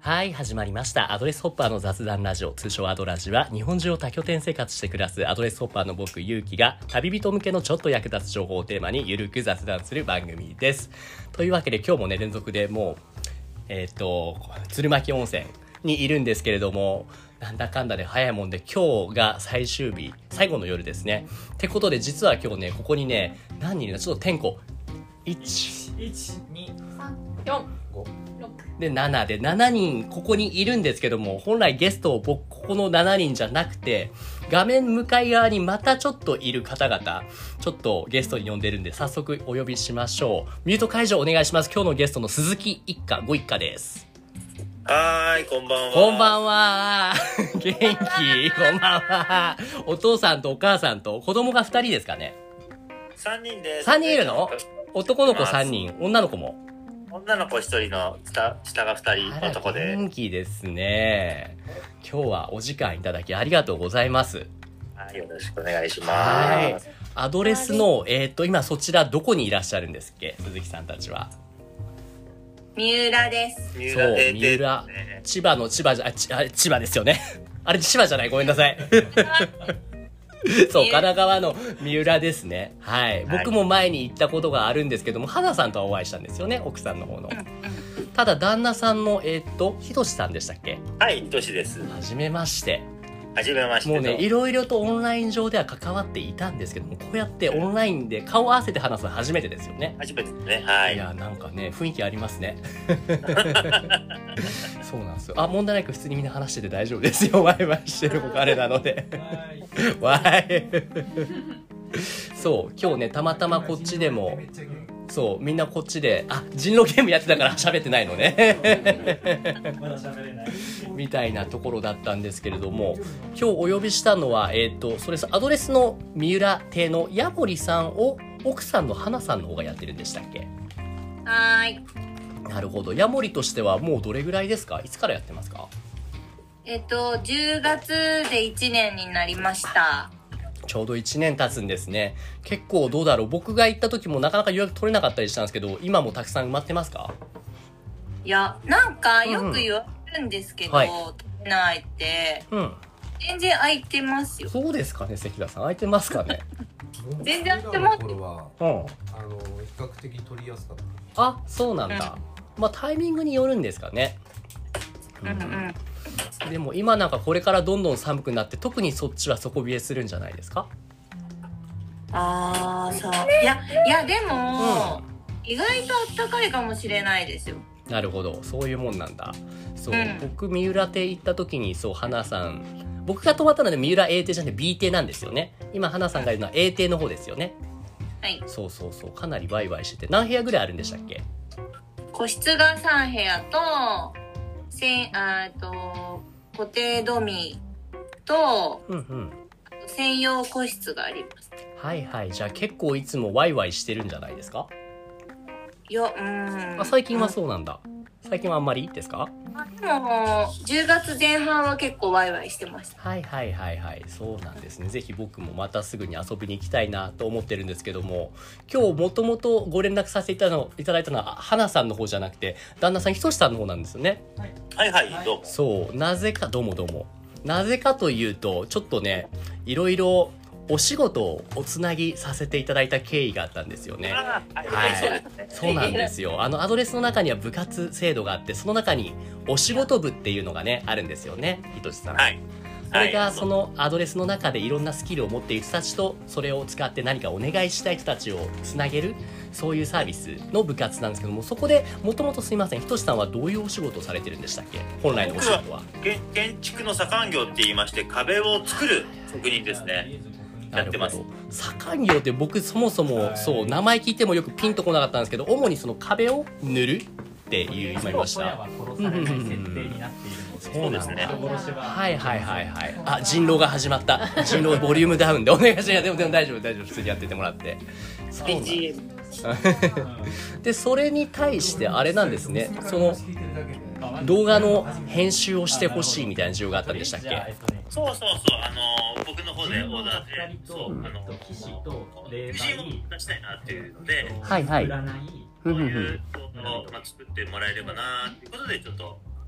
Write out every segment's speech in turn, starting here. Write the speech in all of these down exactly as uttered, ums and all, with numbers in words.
はい、始まりました。アドレスホッパーの雑談ラジオ、通称アドラジは、日本中を多拠点生活して暮らすアドレスホッパーの僕、ゆうきが、旅人向けのちょっと役立つ情報をテーマにゆるく雑談する番組です。というわけで、今日もね、連続でもう、えっと、鶴巻温泉にいるんですけれども、なんだかんだで早いもんで、今日が最終日、最後の夜ですね。ってことで、実は今日ね、ここにね、何人いるのちょっと点呼。いち、 いち、に、さん、よん、ご、ろくでななでしちにんここにいるんですけども、本来ゲストを僕ここのしちにんじゃなくて、画面向かい側にまたちょっといる方々、ちょっとゲストに呼んでるんで、早速お呼びしましょう。ミュート解除お願いします。今日のゲストの鈴木一家ご一家です。 はーい、こんばんは。 こんばんは。元気？こんばんは。お父さんとお母さんと子供がふたりですかね。 さんにんです。 さんにんいるの？男の子さんにん、女の子も。 女の子ひとりの下、下がふたり男で。 元気ですね。今日はお時間いただきありがとうございます。 はい、よろしくお願いします。 はい。アドレスの、えっと、今そちらどこにいらっしゃるんですっけ、鈴木さんたちは。 三浦です。 三そう、 邸三浦。 ね、 千葉の千葉じゃ、あ、ちあれ千葉ですよね。あれ千葉じゃない、ごめんなさい。そう、神奈川の三浦ですね。はい。僕も前に行ったことがあるんですけども、花さんとはお会いしたんですよね、奥さんの方の。ただ、旦那さんの、えーっと、ひとしさんでしたっけ？ はい、ひとしです。 はじめまして。 はじめまして。 もうね、いろいろとオンライン上では関わっていたんですけども、こうやってオンラインで顔を合わせて話すのは初めてですよね。 初めてですね。はい。 いや、なんかね、雰囲気ありますね。そうなんですよ。あ、問題なく普通にみんな話してて大丈夫ですよ。ワイワイしてる僕あれなので。ワイ。そう、今日ね、たまたまこっちでも、そう、みんなこっちで、あ、人狼ゲームやってたから喋ってないのね。 まだ喋れない。 みたいなところだったんですけれども、今日お呼びしたのは、えっと、それアドレスの三浦邸の矢森さんを奥さんの花さんの方がやってるんでしたっけ？ はーい。 なるほど。矢森としてはもうどれぐらいですか？いつからやってますか？ えっと、じゅうがつでいちねんになりました。 ちょうどいちねん経つんですね。結構どうだろう。僕が行った時もなかなか予約取れなかったりしたんですけど、今もたくさん埋まってますか？ いや、なんかよく言われるんですけど、 はい取れないって、 うん。 全然空いてますよ。 そうですかね、関田さん。空いてますかね。 全然空いてます。 頃はうん。 あの比較的取りやすかった。 あ、そうなんだ。まあタイミングによるんですかね。 うんうん。 でも今なんかこれからどんどん寒くなって特にそっちは底冷えするんじゃないですか？ あー、そう。いや、いや、でも、意外と暖かいかもしれないですよ。 なるほど、そういうもんなんだ。そう、 うん僕三浦邸行った時に、そう花さん、僕が泊まったので三浦 A 邸じゃなくて B 邸なんですよね。今花さんがいるのは A 邸の方ですよね。 はい。 そうそうそう、かなりワイワイしてて、何部屋ぐらいあるんでしたっけ？ 個室がさん部屋と、せん、あーと、固定ドミと、 うんうん。 専用個室があります。 はいはい、じゃあ結構いつもワイワイしてるんじゃないですか？ いや、うーん。 あ、最近はそうなんだ。最近はあんまりですか？ あでも、じゅうがつぜん半は結構ワイワイしてました。 はいはいはいはい、そうなんですね。ぜひ僕もまたすぐに遊びに行きたいなと思ってるんですけども、今日もともとご連絡させていただいたのいただいたのは花さんの方じゃなくて旦那さんひとしさんの方なんですよね。 はいはい、どうも。 そう、なぜか、どうもどうも。なぜかというと、ちょっとね、いろいろお仕事をおつなぎさせていただいた経緯があったんですよね。 あーはい、 ははいい、そうですね。 そうなんですよ。あのアドレスの中には部活制度があって、その中にお仕事部っていうのがね、あるんですよね、ひとしさん。 はい。 それがはいそのアドレスの中でいろんなスキルを持っている人たちとそれを使って何かお願いしたい人たちをつなげる、そういうサービスの部活なんですけども、そこでもともとすいません、ひとしさんはどういうお仕事をされてるんでしたっけ？本来のお仕事は。 建建築の左官業って言いまして、壁を作る職人ですね。やってます。 左官業って僕そもそもそう名前聞いてもよくピンとこなかったんですけど、主にその壁を塗るっていう今言いました。 殺されない設定になっているので、 そうなんだ。 そうですね。 はいはいはいはい。あ、人狼が始まった。人狼ボリュームダウンでお願いします。でもでも大丈夫大丈夫、普通にやっててもらって。そうなんです。 ビージーエムでそれに対してあれなんですね。その動画の編集をしてほしいみたいな需要があったんでしたっけ？ そうそうそう、あの僕の方でオーダーで、そう、あの騎士と霊美人を出したいなっていうので、 はいはい。 占いふんふんふん。 こういう動画を、まあ、作ってもらえればなっていうことでちょっと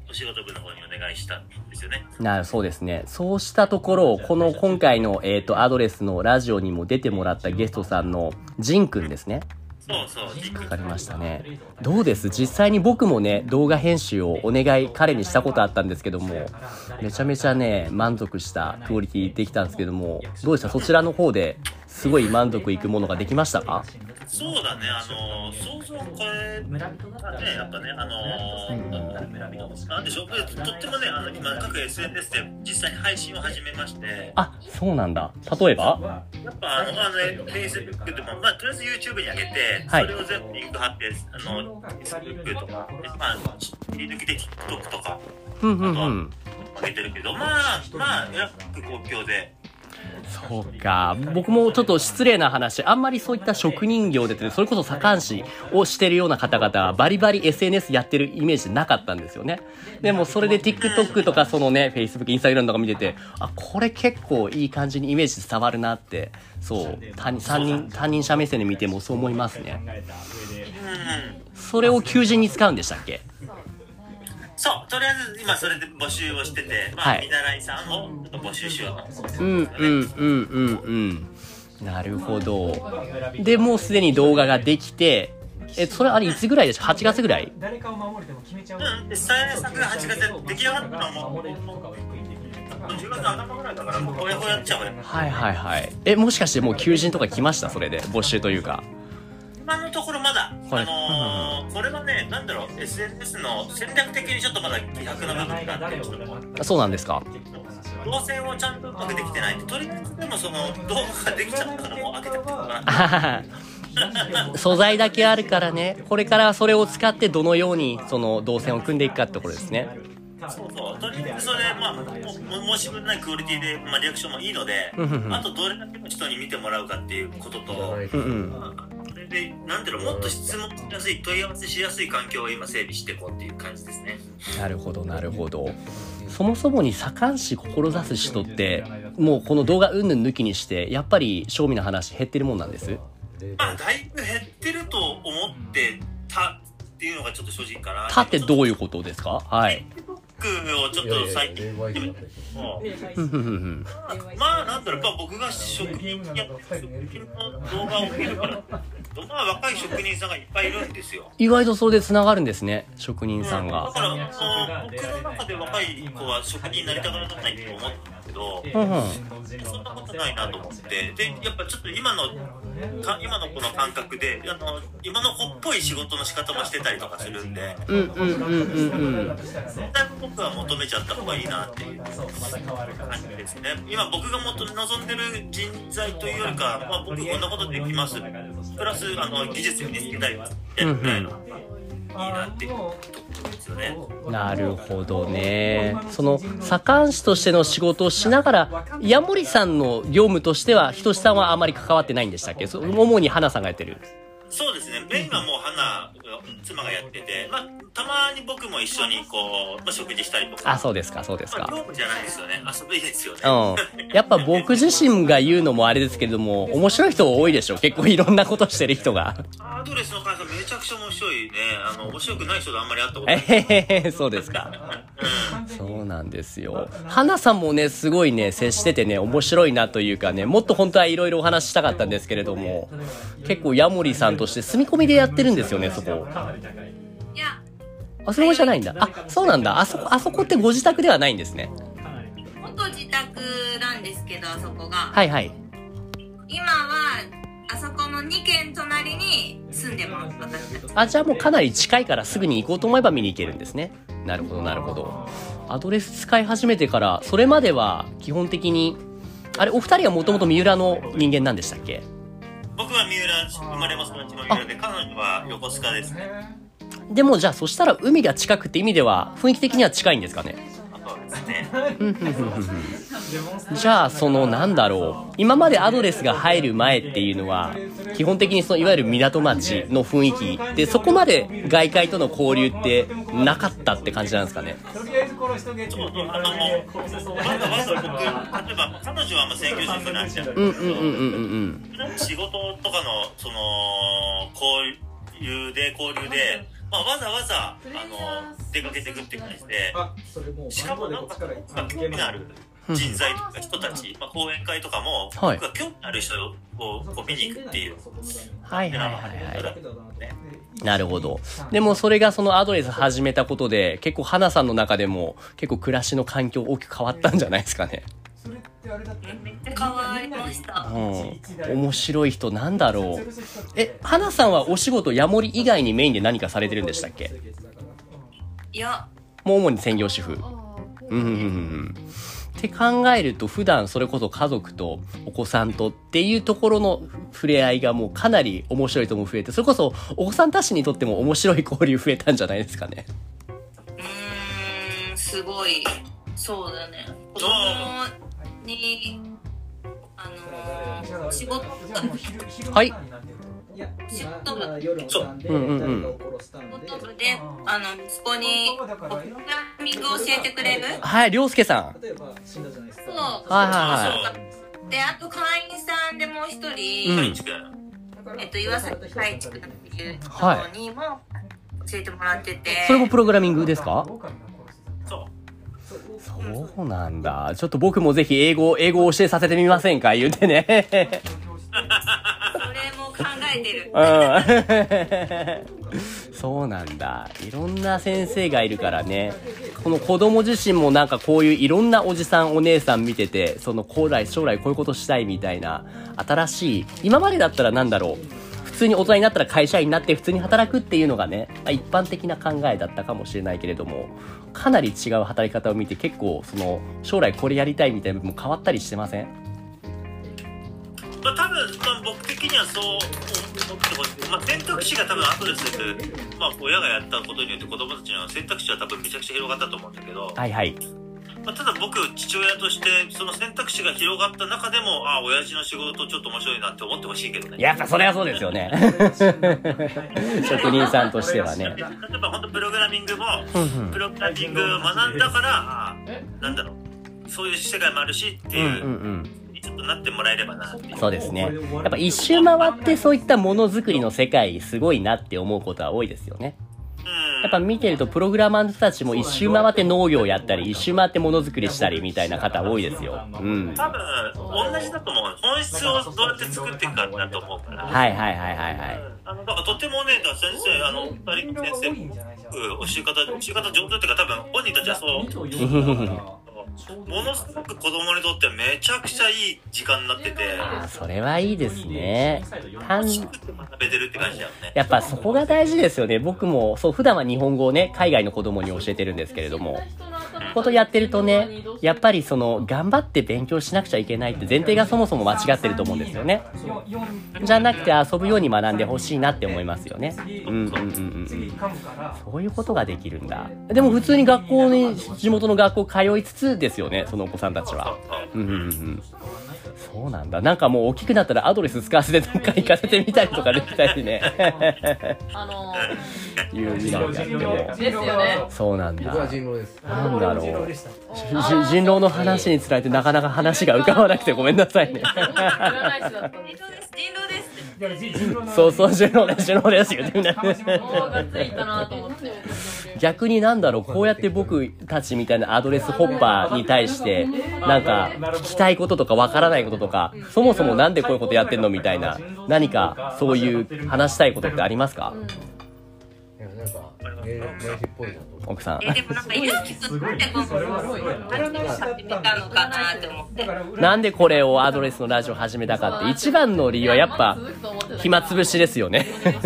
お仕事部の方にお願いしたんですよね。 なそうですね。そうしたところ、この今回の、えっと、アドレスのラジオにも出てもらったゲストさんのジンくんですね。 そうそう、 かかりましたね。どうです？実際に僕もね、動画編集をお願い彼にしたことあったんですけども、めちゃめちゃね、満足したクオリティできたんですけども、どうでした？そちらの方ですごい満足いくものができましたか？ そうだね、あの想像これがね、やっぱね、あのー、なんでしょう、とってもね、あの今各 エスエヌエス で実際に配信を始めまして、 あ、そうなんだ。例えば？ やっぱあの、あの、Facebook でも、まあ、とりあえず YouTube に上げて、 はい、 それを全部リンク貼って、あの、Facebook とか、まあ、切り抜きで TikTok とか、 うんうんうん。 上げてるけど、まあ、まあ、えらく好評で、 そうか。僕もちょっと失礼な話、あんまりそういった職人業で、それこそ左官師をしてるような方々はバリバリ エスエヌエス やってるイメージなかったんですよね。でもそれで TikTok とかそのね、Facebook、Instagram とか見てて、あ、これ結構いい感じにイメージ伝わるなって、そう、他人、他人者目線で見てもそう思いますね。それを求人に使うんでしたっけ？ そう、とりあえず今それで募集をしてて、まあ、見習いさんを募集しようと。 うんうんうんうんうん。なるほど。で、もうすでに動画ができて、え、それあれいつぐらいでした？ はち 月ぐらい？ 誰かを守るでも決めちゃう。 うん、で、制作がはちがつで出来上がったのも、じゅうがつ頭ぐらいだから、もうほやほやっちゃうよ。 はいはいはい。え、もしかしてもう求人とか来ました？それで、募集というか。 今のところまだ、 はい、 あのー、これはね、なんだろう、エスエヌエス の戦略的にちょっとまだ希薄な部分があって、 そうなんですか。 動線をちゃんとうまくできてないって、とりあえずでもその動画ができちゃったからもう開けてくるかな。 素材だけあるからね、これからそれを使ってどのようにその動線を組んでいくかってところですね。 そうそう、とりあえずそれ、まあ、も申し分ないクオリティで、まあ、リアクションもいいので、あとどれだけの人に見てもらうかっていうことと、うんうん、それで、なんていうの、もっと質問しやすい、問い合わせしやすい環境を今整備していこうっていう感じですね。 なるほど、なるほど。そもそもに左官師志す人って、もうこの動画云々抜きにして、やっぱり賞味の話減ってるもんなんです？ まあ、だいぶ減ってると思ってたっていうのがちょっと正直かな。 たってどういうことですか？はい。 をちょっと最近まあなんだろう、僕が職人や職人の動画を見るからまあ若い職人さんがいっぱいいるんですよ。 意外とそれでつながるんですね、職人さんが。 だからあの僕の中で若い子は職人になりたがらないと思うんですけど、うんうん、そんなことないなと思って、でやっぱちょっと今のか今の子の感覚であの今の子っぽい仕事の仕方もしてたりとかするんで、うんうんうんうんうん、僕は求めちゃった方がいいなっていう感じですね。今僕がもっと望んでる人材というよりか、まあ、僕こんなことできますプラスあの技術身につけたりやるぐらいの、うんうん、いいなっていうところですよね。 なるほどね。その左官師としての仕事をしながら、矢守さんの業務としてはひとしさんはあまり関わってないんでしたっけ？主に花さんがやってる。 そうですね、メインはもう花妻がやってて、まあ、たまに僕も一緒にこう、まあ、食事したりとか。 あ、そうですかそうですか、まあ、 業務じゃないですよね、遊びですよね、 うん、やっぱ僕自身が言うのもあれですけれども、面白い人多いでしょ、結構いろんなことしてる人が。 アドレスの会社めちゃくちゃ面白いね。あの面白くない人とあんまり会ったことない。 えへへ、そうですか、うん、そうなんですよ。花さんもねすごいね接しててね面白いなというかね、もっと本当はいろいろお話ししたかったんですけれども、結構矢守さんとして住み込みでやってるんですよね、そこ。 いや、 あ、そこじゃないんだ。あ、そうなんだ。あそこ、あそこってご自宅ではないんですね。 元自宅なんですけど、あそこが。 はいはい。 今は、あそこのにけん隣に住んでます、私たち。 あ、じゃあもうかなり近いからすぐに行こうと思えば見に行けるんですね。なるほど、なるほど。アドレス使い始めてから、それまでは基本的に、あれ、お二人はもともと三浦の人間なんでしたっけ？ 僕は三浦、生まれも育ちも三浦で、彼女は横須賀ですね。 でもじゃあそしたら海が近くって意味では雰囲気的には近いんですかね？ そうですね。 じゃあそのなんだろう、今までアドレスが入る前っていうのは基本的にそのいわゆる港町の雰囲気で、そこまで外界との交流ってなかったって感じなんですかね？ とりあえず殺しとけっていうことで、あのわざわざ僕、例えば彼女はまあ専業主婦なんじゃん。うんうんうんうんうん。仕事とかのその交流で交流でまあ、わざわざあの出かけていくって感じで、しかもなんか興味のある人材とか人たち、まあ、講演会とかも、はい、僕は興味のある人をこう見に行くっていう。 はいはいはいはい。なるほど。でもそれがそのアドレス始めたことで、結構花さんの中でも結構暮らしの環境大きく変わったんじゃないですかね。 めっちゃ変わりました。 うん。面白い人なんだろう。え、花さんはお仕事ヤモリ以外にメインで何かされてるんでしたっけ？ いや。 もう主に専業主婦。うんうんうん。って考えると普段それこそ家族とお子さんとっていうところの触れ合いがもうかなり面白い人も増えて、それこそお子さんたちにとっても面白い交流増えたんじゃないですかね。 うーん、すごい。そうだね。子供に、あのー、仕事はい。 仕事部で、 うんうんうん。 仕事部で、あの、息子にプログラミングを教えてくれる。 はい、りょうすけさん。 そう。 はいはいはい。 で、あと会員さんでもう一人、うん、えっと、岩崎海地区っていうところにも教えてもらってて。 それもプログラミングですか？そう。そうなんだ。ちょっと僕もぜひ英語、英語を教えさせてみませんか言うてね。 それも考えてる。 うん。そうなんだ。いろんな先生がいるからね。この子供自身もなんかこういういろんなおじさんお姉さん見てて、その将来将来こういうことしたいみたいな新しい、今までだったらなんだろう。普通に大人になったら会社員になって普通に働くっていうのがね、一般的な考えだったかもしれないけれども、かなり違う働き方を見て結構その将来これやりたいみたいな部分も変わったりしてません？ まあ、多分、まあ、僕的にはそう思ってほしい、まあ、選択肢が多分アドレスで、まあ、親がやったことによって子供たちの選択肢は多分めちゃくちゃ広がったと思うんだけど、 はいはい。 まあ、ただ僕父親としてその選択肢が広がった中でも、ああ親父の仕事ちょっと面白いなって思ってほしいけどね。 やっぱそれはそうですよね。職人さんとしてはね。 例えば本当プログラミングもプログラミングを学んだから、なんだろう、そういう世界もあるしっていう、うんうんうん、ちょっとなってもらえればなっていう。 そうですね。やっぱ一周回ってそういったものづくりの世界すごいなって思うことは多いですよね。やっぱ見てるとプログラマーの人たちも一周回って農業やったり一周回ってものづくりしたりみたいな方多いですよ。うん。 多分同じだと思う。本質をどうやって作っていくかだと思うから。 はいはいはいはいはい。 あのだからとてもね、先生あの二人先生教え方教え方上手っていうか多分本人たちはそう。ものすごく子供にとってめちゃくちゃいい時間になってて、 あ、それはいいですね。単食べてるって感じだよね。 やっぱそこが大事ですよね。僕もそう普段は日本語をね海外の子供に教えてるんですけれども、ことやってるとね、やっぱりその頑張って勉強しなくちゃいけないって前提がそもそも間違ってると思うんですよね。じゃなくて遊ぶように学んでほしいなって思いますよね。うんうんうんうん。そういうことができるんだ。でも普通に学校に地元の学校通いつつですよね、そのお子さんたちは。うんうんうん。そうなんだ。なんかもう大きくなったらアドレス使わせてどっか行かせてみたりとかできたりね。 あのー、いう意味なんだけども。 ですよね。 そうなんだ。 僕は人狼です。 なんだろう。人狼の話につられてなかなか話が浮かばなくてごめんなさいね。 占い師だったんです。 人狼です。 そうそう、人狼です、人狼です言ってみたいな。 もうがっつりいたなと思って。 逆になんだろう、こうやって僕たちみたいなアドレスホッパーに対してなんか聞きたいこととかわからないこととか、そもそもなんでこういうことやってんのみたいな、何かそういう話したいことってありますか？ いや、なんか名刺っぽいなと思って。 奥さん。 え、でもなんかゆうきくんなんでこの話を始めたのかなって思って。 なんでこれをアドレスのラジオ始めたかって一番の理由はやっぱ暇つぶしですよね。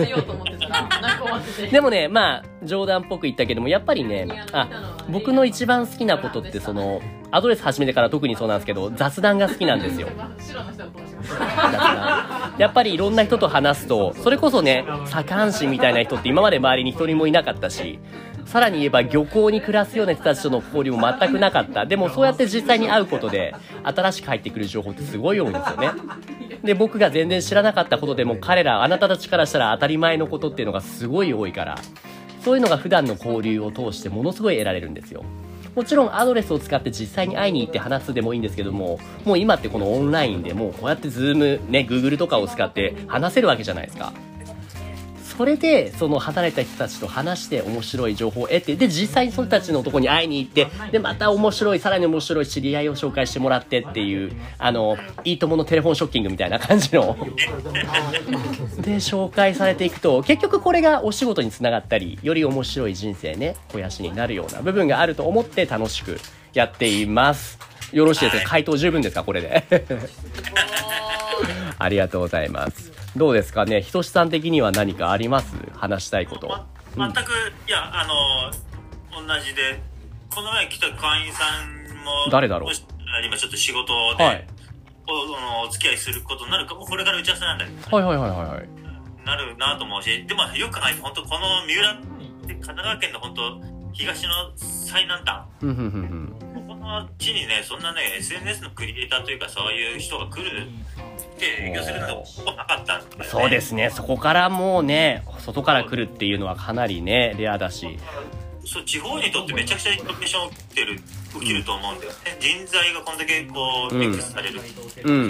でもね、まあ冗談っぽく言ったけども、やっぱりね、あ、僕の一番好きなことってそのアドレス始めてから特にそうなんですけど、雑談が好きなんですよ。やっぱりいろんな人と話すと、それこそね、左官師みたいな人って今まで周りに一人もいなかったし、さらに言えば漁港に暮らすような人たちとの交流も全くなかった。でもそうやって実際に会うことで新しく入ってくる情報ってすごい多いんですよね。で、僕が全然知らなかったことでも彼ら、あなたたちからしたら当たり前のことっていうのがすごい多いから、そういうのが普段の交流を通してものすごい得られるんですよ。もちろんアドレスを使って実際に会いに行って話すでもいいんですけども、もう今ってこのオンラインでもうこうやってズームね、Google とかを使って話せるわけじゃないですか。 それでその離れた人たちと話して面白い情報を得て、で実際にその人たちのところに会いに行って、でまた面白いさらに面白い知り合いを紹介してもらってっていう、あのいいとものテレフォンショッキングみたいな感じので紹介されていくと、結局これがお仕事につながったり、より面白い人生ね肥やしになるような部分があると思って楽しくやっています。よろしいですか？回答十分ですかこれでありがとうございます。どうですかね、ひとしさん的には何かあります？話したいこと。 ま、全く、いや、あの同じで、この前来た会員さんも誰だろう。 今ちょっと仕事で、はい、お, お付き合いすることになるかも、これから打ち合わせなんだけど、はいはいはいはい、なるなと思うし、でもよく考えて本当この三浦って神奈川県の本当東の最南端ここの地にね、そんなね エスエヌエス のクリエイターというかそういう人が来るって営業するのがなかったんだよね。 そうですね、そこからもうね外から来るっていうのはかなりねレアだし、 そう地方にとってめちゃくちゃイノベーション起きてる起きると思うんだよね、うん、人材がこんだけこうミックスされる、 うんうん、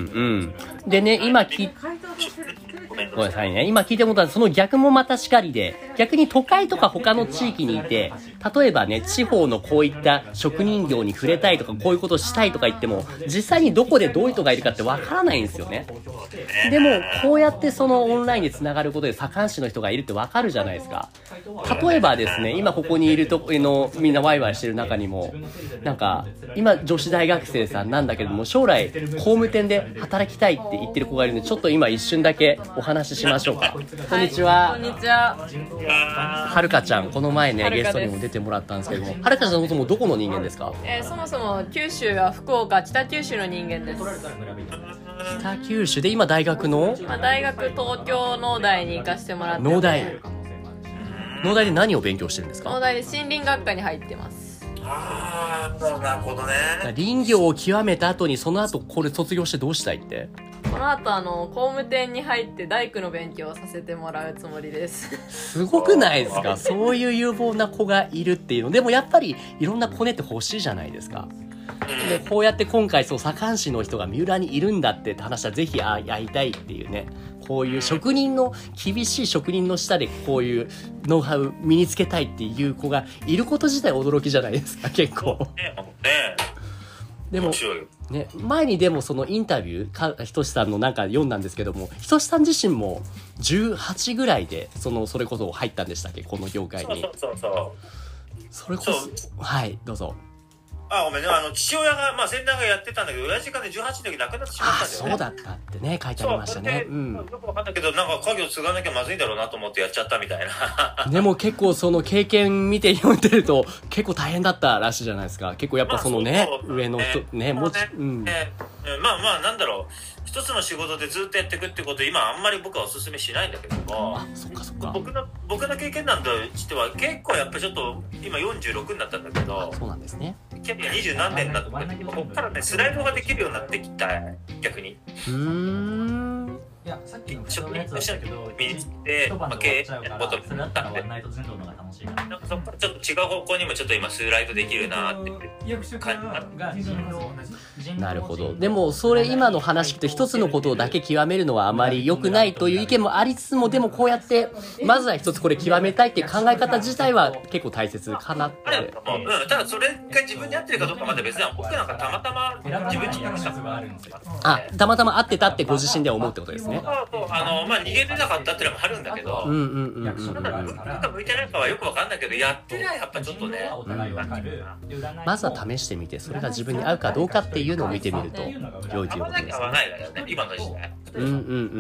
でね今聞ごめんなさいね、今聞いてもらったその逆もまたしかりで、逆に都会とか他の地域にいて、例えばね地方のこういった職人業に触れたいとかこういうことをしたいとか言っても、実際にどこでどういう人がいるかってわからないんですよね。でもこうやってそのオンラインでつながることで左官師の人がいるってわかるじゃないですか。例えばですね、今ここにいるとこのみんなワイワイしてる中にも、なんか今女子大学生さんなんだけども、将来工務店で働きたいって言ってる子がいるので、ちょっと今一瞬だけお話ししましょうか。こんにちは。 こんにちは。 はるかちゃん、この前ねゲストにも出てもらったんですけども、はるかちゃんそもそもどこの人間ですか？ えー、そもそも九州は福岡北九州の人間です。 北九州で今大学の？ 今大学東京農大に行かせてもらって、 農大農大で何を勉強してるんですか？ 農大で森林学科に入ってます。 ああ、なるほどね。 林業を極めた後にその後これ卒業してどうしたいって？ この後あの工務店に入って大工の勉強をさせてもらうつもりですすごくないですか？そういう有望な子がいるっていうのでも、やっぱりいろんなコネって欲しいじゃないですか。でこうやって今回そう左官師の人が三浦にいるんだって話はぜひ会いたいっていうね、こういう職人の厳しい職人の下でこういうノウハウ身につけたいっていう子がいること自体驚きじゃないですか結構ね。 でもね、前にでもそのインタビューかひとしさんのなんか読んだんですけども、ひとしさん自身もじゅうはちぐらいでそのそれこそ入ったんでしたっけ、この業界に。 そうそうそうそれこそはいどうぞ。 あ、ごめんね、あの父親が、まあ、先代がやってたんだけど、親父がねじゅうはちの時亡くなってしまったんだよね。 あ、そうだったってね書いてありましたね。 うん。よくわかんないけど、なんか家業継がなきゃまずいんだろうなと思ってやっちゃったみたいな。でも結構その経験見て読んでると結構大変だったらしいじゃないですか。結構やっぱそのね、まあ、上の人ね、もち、うん。 ね、まあまあなんだろう。一つの仕事でずっとやっていくってこと今あんまり僕はお勧めしないんだけども、 あ、そっかそっか。 僕の僕の経験なんとしては結構やっぱりちょっと今よんじゅうろくになったんだけど、 そうなんですね。 キャリア二十何年になってここからねスライドができるようになってきた逆に。 うーん。 いやさっきの職人として身につけて、まあ、経営のことになったんで、なんかそこからちょっと違う方向にもちょっと今スライドできるなって感じが。 なるほど。でもそれ今の話聞くと一つのことだけ極めるのはあまり良くないという意見もありつつも、でもこうやってまずは一つこれ極めたいっていう考え方自体は結構大切かなって。 うん、ただそれが自分に合ってるかどうかまで別には、僕なんかたまたま自分に合ったがあるんですよ。 あ、たまたま合ってたってご自身で思うってことですね。 そうそう、あのまあ逃げれなかったっていうのもあるんだけど、 うんうんうんうん、 ただ向くか向いてないかはよくわかんないけど、やってないやっぱちょっとね、うん、 まずは試してみて、それが自分に合うかどうかっていうのを見てみると良いということですね。 合わないだよね、今の時代。 うんうんうん。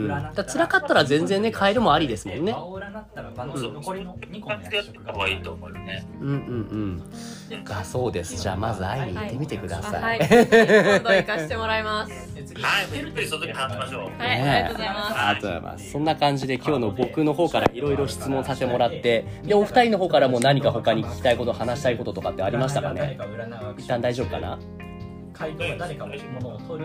だ辛かったら全然ね変えるもありですもんね。 うん、残りのにこやってた方がいいと思うよね。 うんうんうん。だそうです。じゃあまず会いに行ってみてください。 はい。はい、今度行かせてもらいます。 はい、ゆっくりその時話しましょう。 はい、ありがとうございます。 ありがとうございます。そんな感じで今日の僕の方からいろいろ質問させてもらって、でお二人の方からも何か他に聞きたいこと、話したいこととかってありましたかね。一旦大丈夫かな。 回答が誰かのものを取る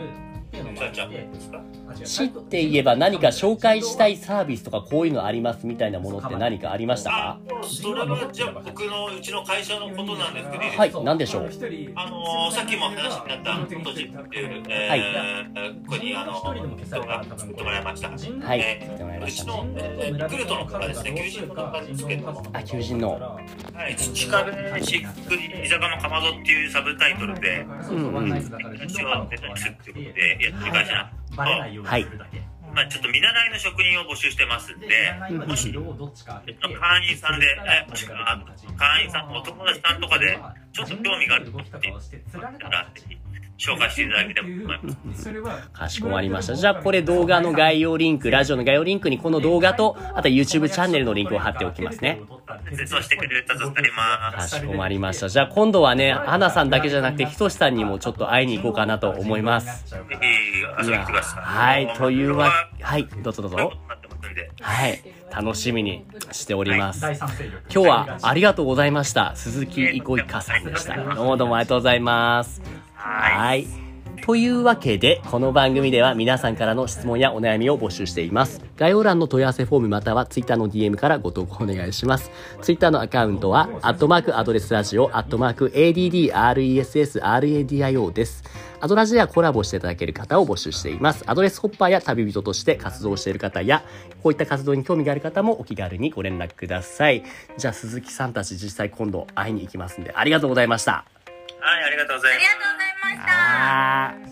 知って言えば何か紹介したいサービスとかこういうのありますみたいなものって何かありましたか？ それはじゃあ僕のうちの会社のことなんですけど、 はい、何でしょう？ あのー、さっきも話になったフォトジップっていう、えー、はい、ここにあの動画作ってもらいました。はい、 えー、作ってもらいましたね。 うちの、えー、クルトの方ですね、求人の方ですけど、 あ、求人の。 はい、土壁しっくり居酒屋のかまどっていうサブタイトルで、うんうん、私はネタにするってことでやってる会社なんですけど、はい。まあちょっと見習いの職人を募集してますんで、もし、えっと、会員さんで、えもしくは会員さんのお友達さんとかで、ちょっと興味があるって言ったら、紹介していただければと思います。 かしこまりました。じゃあこれ動画の概要リンク、ラジオの概要リンクにこの動画と、あと YouTube チャンネルのリンクを貼っておきますね。 そうしてくれると助かります。 かしこまりました。じゃあ今度はね、花さんだけじゃなくて、ひとしさんにもちょっと会いに行こうかなと思います。 ぜひ遊びに来てください。 はい、というわけ、はい、どうぞどうぞ。はい、楽しみにしております。今日はありがとうございました。鈴木いこいかさんでした。どうもどうもありがとうございます。はい。というわけで、この番組では皆さんからの質問やお悩みを募集しています。概要欄の問い合わせフォームまたは Twitter の ディーエム からご投稿お願いします。Twitter のアカウントは、アットマークアドレスラジオ、アットマーク エーディーディーアールイーエスエスアールエーディーアイオー です。アドラジではコラボしていただける方を募集しています。アドレスホッパーや旅人として活動している方や、こういった活動に興味がある方もお気軽にご連絡ください。じゃあ鈴木さんたち実際今度会いに行きますんで、ありがとうございました。 はい、ありがとうございます。 ありがとうございました。